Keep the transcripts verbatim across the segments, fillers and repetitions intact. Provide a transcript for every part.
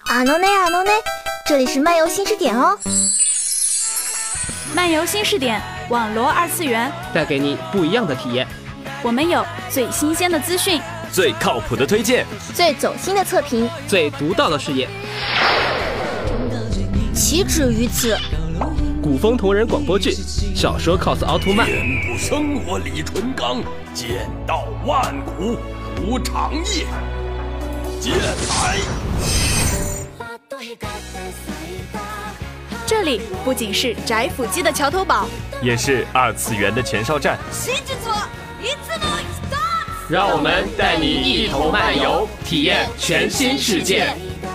あのねあのね，这里是漫游新视点哦。 漫游新视点，网罗二次元， 带给你不一样的体验。 我们有最新鲜的资讯， 最靠谱的推荐， 最走心的测评， 最独到的视野， 岂止于此。 古风同人广播剧，小说 cos 奥特曼， 遍布生活李纯刚，剑道万古无长夜，剑才。 这里不仅是宅腐姬的桥头堡， 也是二次元的前哨站。 让我们带你一同漫游，体验全新世界。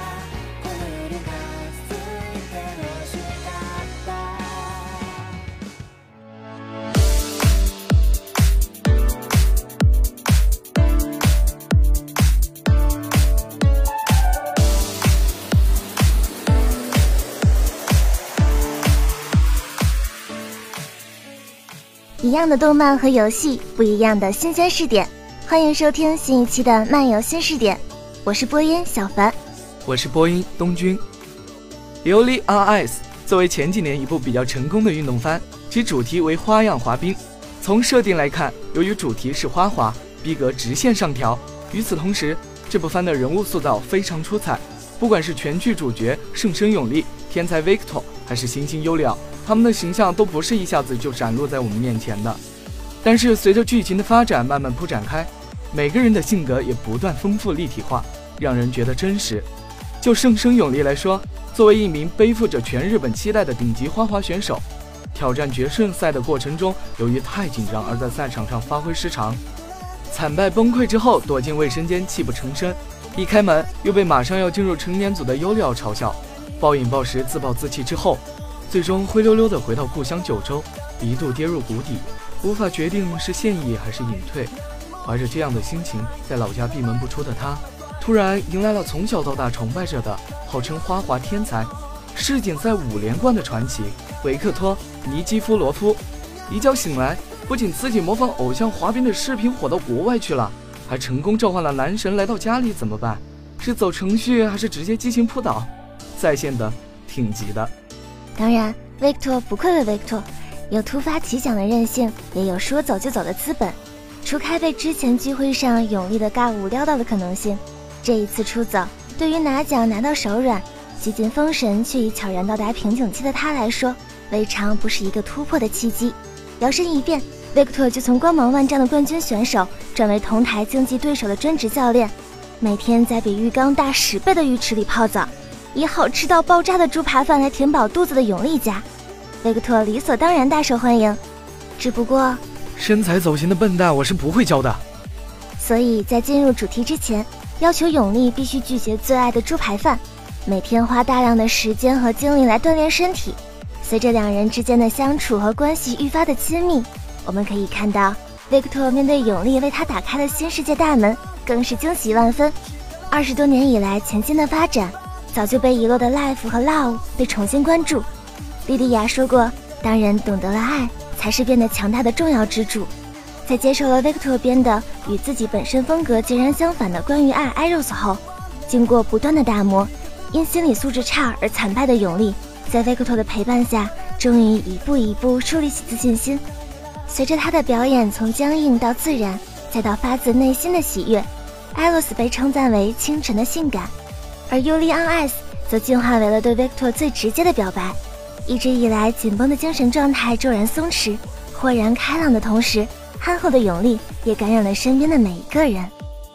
一样的动漫和游戏，不一样的新鲜视点。欢迎收听新一期的漫游新视点，我是播音小凡， 我是播音东君。Yuri on Ice 作为前几年一部比较成功的运动番，其主题为花样滑冰。从设定来看，由于主题是花滑，逼格直线上调。与此同时，这部番的人物塑造非常出彩，不管是全剧主角圣生永利、天才 Victor 还是新星优里奥，他们的形象都不是一下子就展露在我们面前的。但是随着剧情的发展慢慢铺展开，每个人的性格也不断丰富立体化，让人觉得真实。就圣生永利来说，作为一名背负着全日本期待的顶级花滑选手，挑战决胜赛的过程中，由于太紧张而在赛场上发挥失常，惨败崩溃之后躲进卫生间泣不成声，一开门又被马上要进入成年组的优里奥嘲笑，暴饮暴食自暴自弃之后，最终灰溜溜地回到故乡九州，一度跌入谷底，无法决定是现役还是隐退。怀着这样的心情，在老家闭门不出的他，突然迎来了从小到大崇拜着的号称花滑天才、世锦赛五连冠的传奇维克托·尼基夫罗夫。一觉醒来，不仅自己模仿偶像滑冰的视频火到国外去了，还成功召唤了男神来到家里，怎么办？是走程序还是直接激情扑倒？在线的挺急的。 当然 Victor 不愧为 Victor， 有突发奇想的韧性，也有说走就走的资本。除开被之前聚会上永利的尬舞撩到的可能性，这一次出走，对于拿奖拿到手软、极尽封神却已悄然到达瓶颈期的他来说，未尝不是一个突破的契机。摇身一变， Victor 就从光芒万丈的冠军选手转为同台竞技对手的专职教练，每天在比浴缸大十倍的浴池里泡澡，以好吃到爆炸的猪扒饭来填饱肚子的永利家，维克托理所当然大受欢迎。只不过身材走形的笨蛋我是不会教的。 所以在进入主题之前，要求永利必须拒绝最爱的猪排饭，每天花大量的时间和精力来锻炼身体。随着两人之间的相处和关系愈发的亲密，我们可以看到维克托面对永利为他打开了新世界大门，更是惊喜万分。二十多年以来前进的发展，早就被遗落的 Life 和 Love 被重新关注。莉莉娅说过，当人懂得了爱，才是变得强大的重要支柱。在接受了 Victor 编的与自己本身风格截然相反的关于爱 Iris 后，经过不断的打磨，因心理素质差而惨败的永利，在 Victor 的陪伴下，终于一步一步树立起自信心。随着他的表演从僵硬到自然，再到发自内心的喜悦， Iris 被称赞为清纯的性感，而 Yuri on Ice 则进化为了对 Victor 最直接的表白。一直以来紧绷的精神状态骤然松弛，豁然开朗的同时，憨厚的永利也感染了身边的每一个人。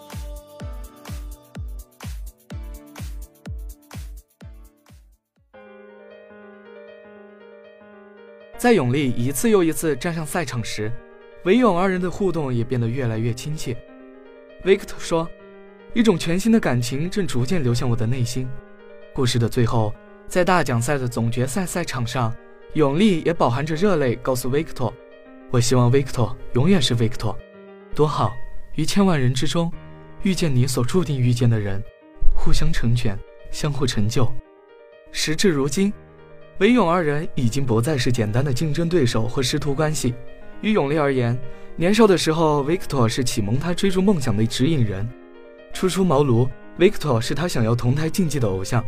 在永利一次又一次站上赛场时，维永二人的互动也变得越来越亲切。Victor 说，一种全新的感情正逐渐流向我的内心。故事的最后，在大奖赛的总决赛赛场上，永利也饱含着热泪告诉 Victor， 我希望 Victor 永远是 Victor， 多好，于千万人之中遇见你所注定遇见的人，互相成全，相互成就。时至如今，维永二人已经不再是简单的竞争对手或师徒关系。于永利而言，年少的时候 Victor 是启蒙他追逐梦想的指引人，初出茅庐， Victor 是他想要同台竞技的偶像，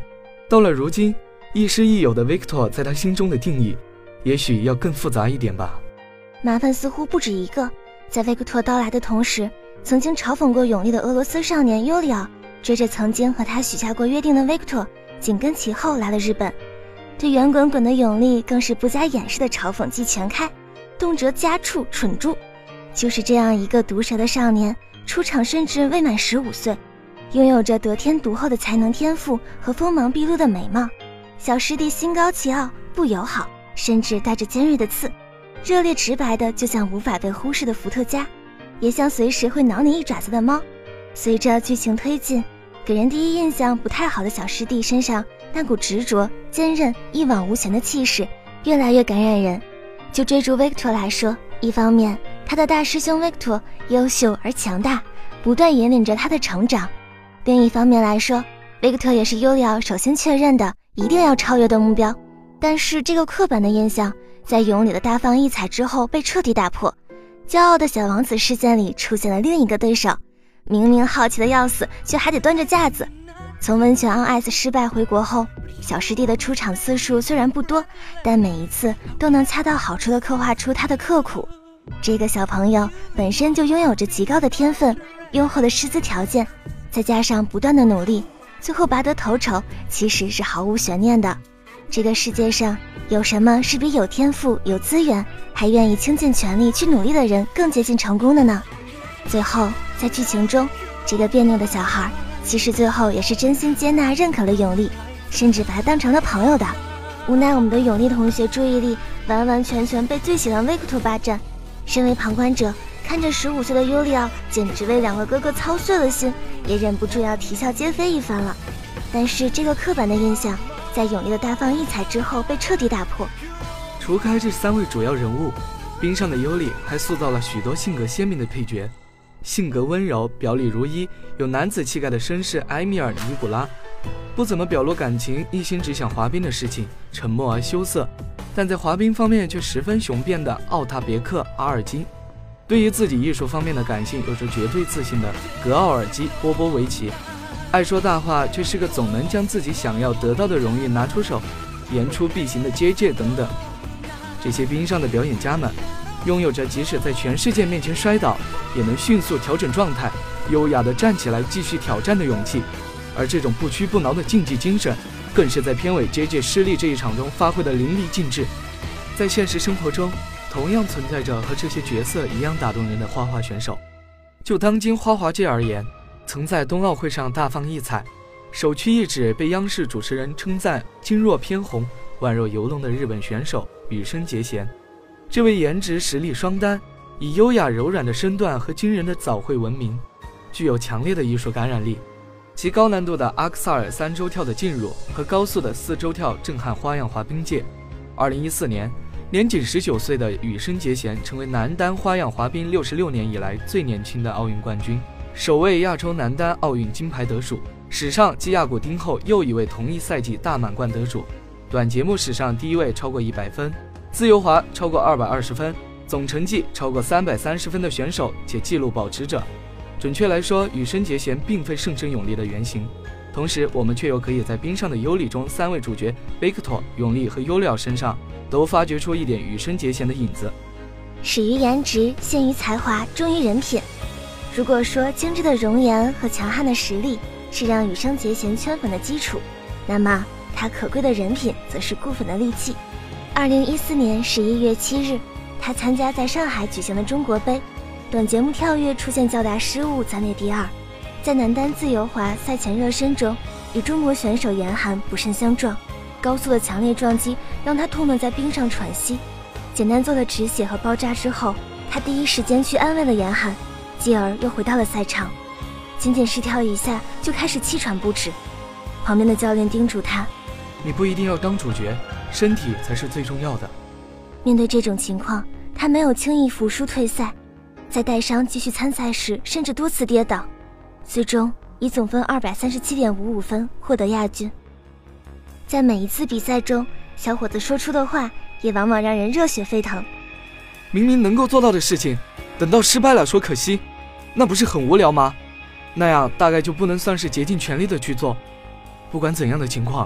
到了如今，亦师亦友的 Victor 在他心中的定义，也许要更复杂一点吧。 麻烦似乎不止一个。在 Victor 到来的同时，曾经嘲讽过永利的俄罗斯少年尤里奥，追着曾经和他许下过约定的 Victor， 紧跟其后来了日本。对圆滚滚的永利更是不加掩饰的嘲讽即全开，动辄家畜蠢猪。就是这样一个毒舌的少年，出场甚至未满十五岁，拥有着得天独厚的才能天赋和锋芒毕露的美貌。小师弟心高气傲，不友好，甚至带着尖锐的刺，热烈直白的就像无法被忽视的伏特加，也像随时会挠你一爪子的猫。随着剧情推进，给人第一印象不太好的小师弟身上那股执着、坚韧、一往无前的气势越来越感染人。就追逐 Victor 来说，一方面他的大师兄 Victor 优秀而强大，不断引领着他的成长；另一方面来说， Victor 也是尤里奥首先确认的一定要超越的目标。但是这个刻板的印象在永里的大放异彩之后被彻底打破。骄傲的小王子事件里出现了另一个对手，明明好奇的要死，却还得端着架子。从温泉 on ice 失败回国后，小师弟的出场次数虽然不多，但每一次都能恰到好处地刻画出他的刻苦。这个小朋友本身就拥有着极高的天分、优厚的师资条件，再加上不断的努力，最后拔得头筹其实是毫无悬念的。这个世界上有什么是比有天赋、有资源，还愿意倾尽全力去努力的人更接近成功的呢？最后在剧情中，这个别扭的小孩其实最后也是真心接纳认可了永利，甚至把他当成了朋友的。无奈我们的永利同学注意力完完全全被最喜欢 Victor 霸占，身为旁观者看着十五岁的尤里奥简直为两个哥哥操碎了心，也忍不住要啼笑皆非一番了。但是这个刻板的印象在永利的大放异彩之后被彻底打破。 除开这三位主要人物，冰上的尤里还塑造了许多性格鲜明的配角。性格温柔、表里如一、有男子气概的绅士埃米尔·尼古拉，不怎么表露感情，一心只想滑冰的事情，沉默而羞涩，但在滑冰方面却十分雄辩的奥塔别克·阿尔金，对于自己艺术方面的感性有着绝对自信的格奥尔基·波波维奇，爱说大话却是个总能将自己想要得到的荣誉拿出手，言出必行的 J J 等等。这些冰上的表演家们拥有着即使在全世界面前摔倒也能迅速调整状态，优雅地站起来继续挑战的勇气，而这种不屈不挠的竞技精神更是在片尾 J J 失利这一场中发挥的淋漓尽致。在现实生活中同样存在着和这些角色一样打动人的花滑选手。就当今花滑界而言，曾在冬奥会上大放异彩，首屈一指被央视主持人称赞筋若偏红、宛若游龙的日本选手羽生结弦。这位颜值实力双单，以优雅柔软的身段和惊人的早慧闻名，具有强烈的艺术感染力。其高难度的阿克萨尔三周跳的进入和高速的四周跳震撼花样滑冰界。二零一四年，年仅十九岁的羽生结弦成为男单花样滑冰六十六年以来最年轻的奥运冠军，首位亚洲男单奥运金牌得主，史上继亚古丁后又一位同一赛季大满贯得主，短节目史上第一位超过一百分，自由滑超过二百二十分，总成绩超过三百三十分的选手且纪录保持者。准确来说，羽生结弦并非胜身永利的原型。同时，我们却又可以在冰上的尤里中三位主角 Victor、永利和尤里奥身上都发掘出一点羽生结弦的影子。 始于颜值，陷于才华，忠于人品。如果说精致的容颜和强悍的实力是让羽生结弦圈粉的基础，那么他可贵的人品则是固粉的利器。二零一四年十一月七日，他参加在上海举行的中国杯短节目跳跃出现较大失误，暂列第二。在男单自由滑赛前热身中，与中国选手严寒不慎相撞，高速的强烈撞击让他痛得在冰上喘息。简单做了止血和包扎之后，他第一时间去安慰了严寒，继而又回到了赛场。仅仅试跳一下就开始气喘不止，旁边的教练叮嘱他： 你不一定要当主角，身体才是最重要的。 面对这种情况，他没有轻易服输退赛，在带伤继续参赛时甚至多次跌倒，最终以总分 二百三十七点五五 分获得亚军。在每一次比赛中，小伙子说出的话也往往让人热血沸腾。 明明能够做到的事情，等到失败了说可惜，那不是很无聊吗？那样大概就不能算是竭尽全力的去做。不管怎样的情况，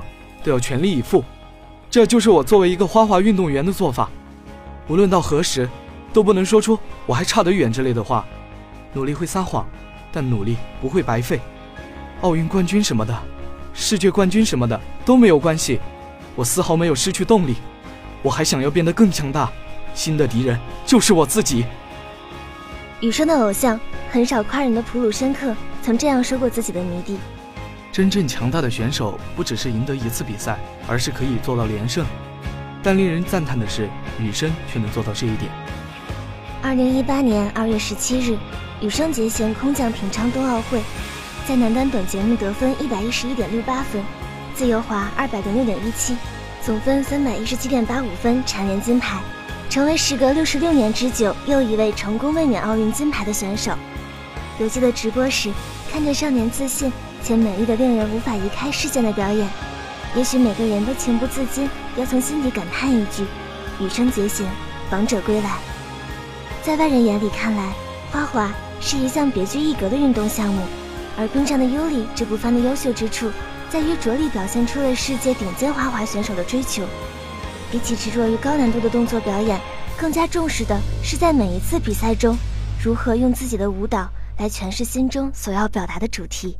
都要全力以赴。这就是我作为一个花滑运动员的做法。无论到何时，都不能说出我还差得远之类的话。努力会撒谎，但努力不会白费。奥运冠军什么的，世界冠军什么的都没有关系，我丝毫没有失去动力。我还想要变得更强大，新的敌人就是我自己。 羽生的偶像，很少夸人的普鲁申克曾这样说过自己的迷弟： 真正强大的选手不只是赢得一次比赛，而是可以做到连胜。但令人赞叹的是，羽生却能做到这一点。 二零一八年二月十七日，羽生结弦空降平昌冬奥会，在男单短节目得分一百一十一点六八分，自由滑二百零六点一七，总分三百一十七点八五分，蝉联金牌，成为时隔六十六年之久又一位成功卫冕奥运金牌的选手。游记的直播时，看着少年自信且美丽的令人无法移开视线的表演，也许每个人都情不自禁要从心底感叹一句：羽生结弦，王者归来。在外人眼里看来，花滑是一项别具一格的运动项目，而冰上的尤里这部番的优秀之处在于着力表现出了世界顶尖花滑选手的追求。比起执着于高难度的动作表演，更加重视的是在每一次比赛中如何用自己的舞蹈来诠释心中所要表达的主题。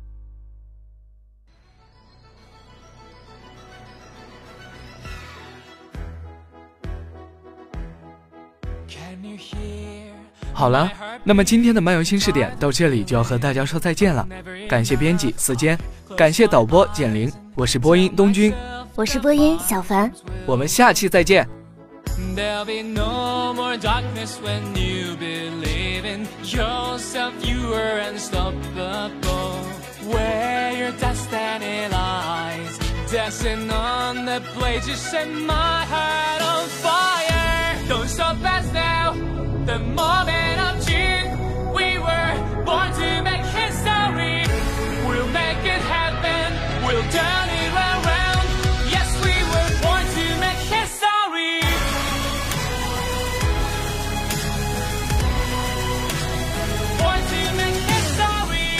好了，那么今天的漫游新视点到这里就要和大家说再见了。感谢编辑思坚，感谢导播简玲，我是播音东君， 我是播音小凡， 我们下期再见。 There'll be no more darkness when you believe in yourself. You are unstoppable. Where your destiny lies, dancing on the blade, you set my heart on fire. Don't stop us now. The moment of June, we were born to make history. We'll make it happen. We'll turn it around. Yes, we were born to make history. Born to make history.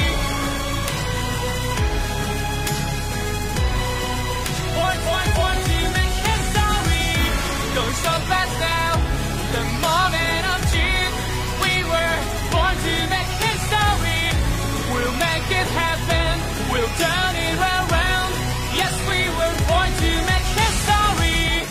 Born, born, born to make history. Don't stop us now. The moment of June, we were born to make history. We'll make it happen. We'll turn it around. Yes, we were born to make history.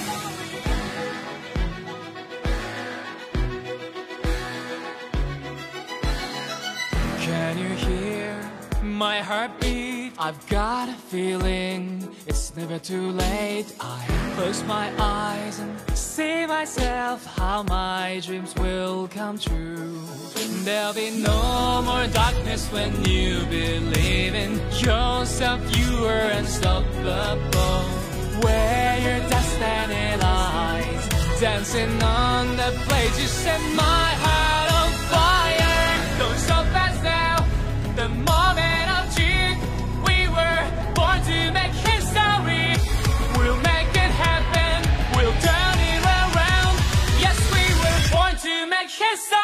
Can you hear my heartbeat? I've got a feeling it's never too late. I close my eyes and see myself how my dreams will come true. There'll be no more darkness when you believe in yourself. You are unstoppable. Where your destiny lies, dancing on the blade, you set my heart on fire. Don't stop us now. The moment of June, we were born to make history. We'll make it happen. We'll turn it around. Yes, we were born to make history.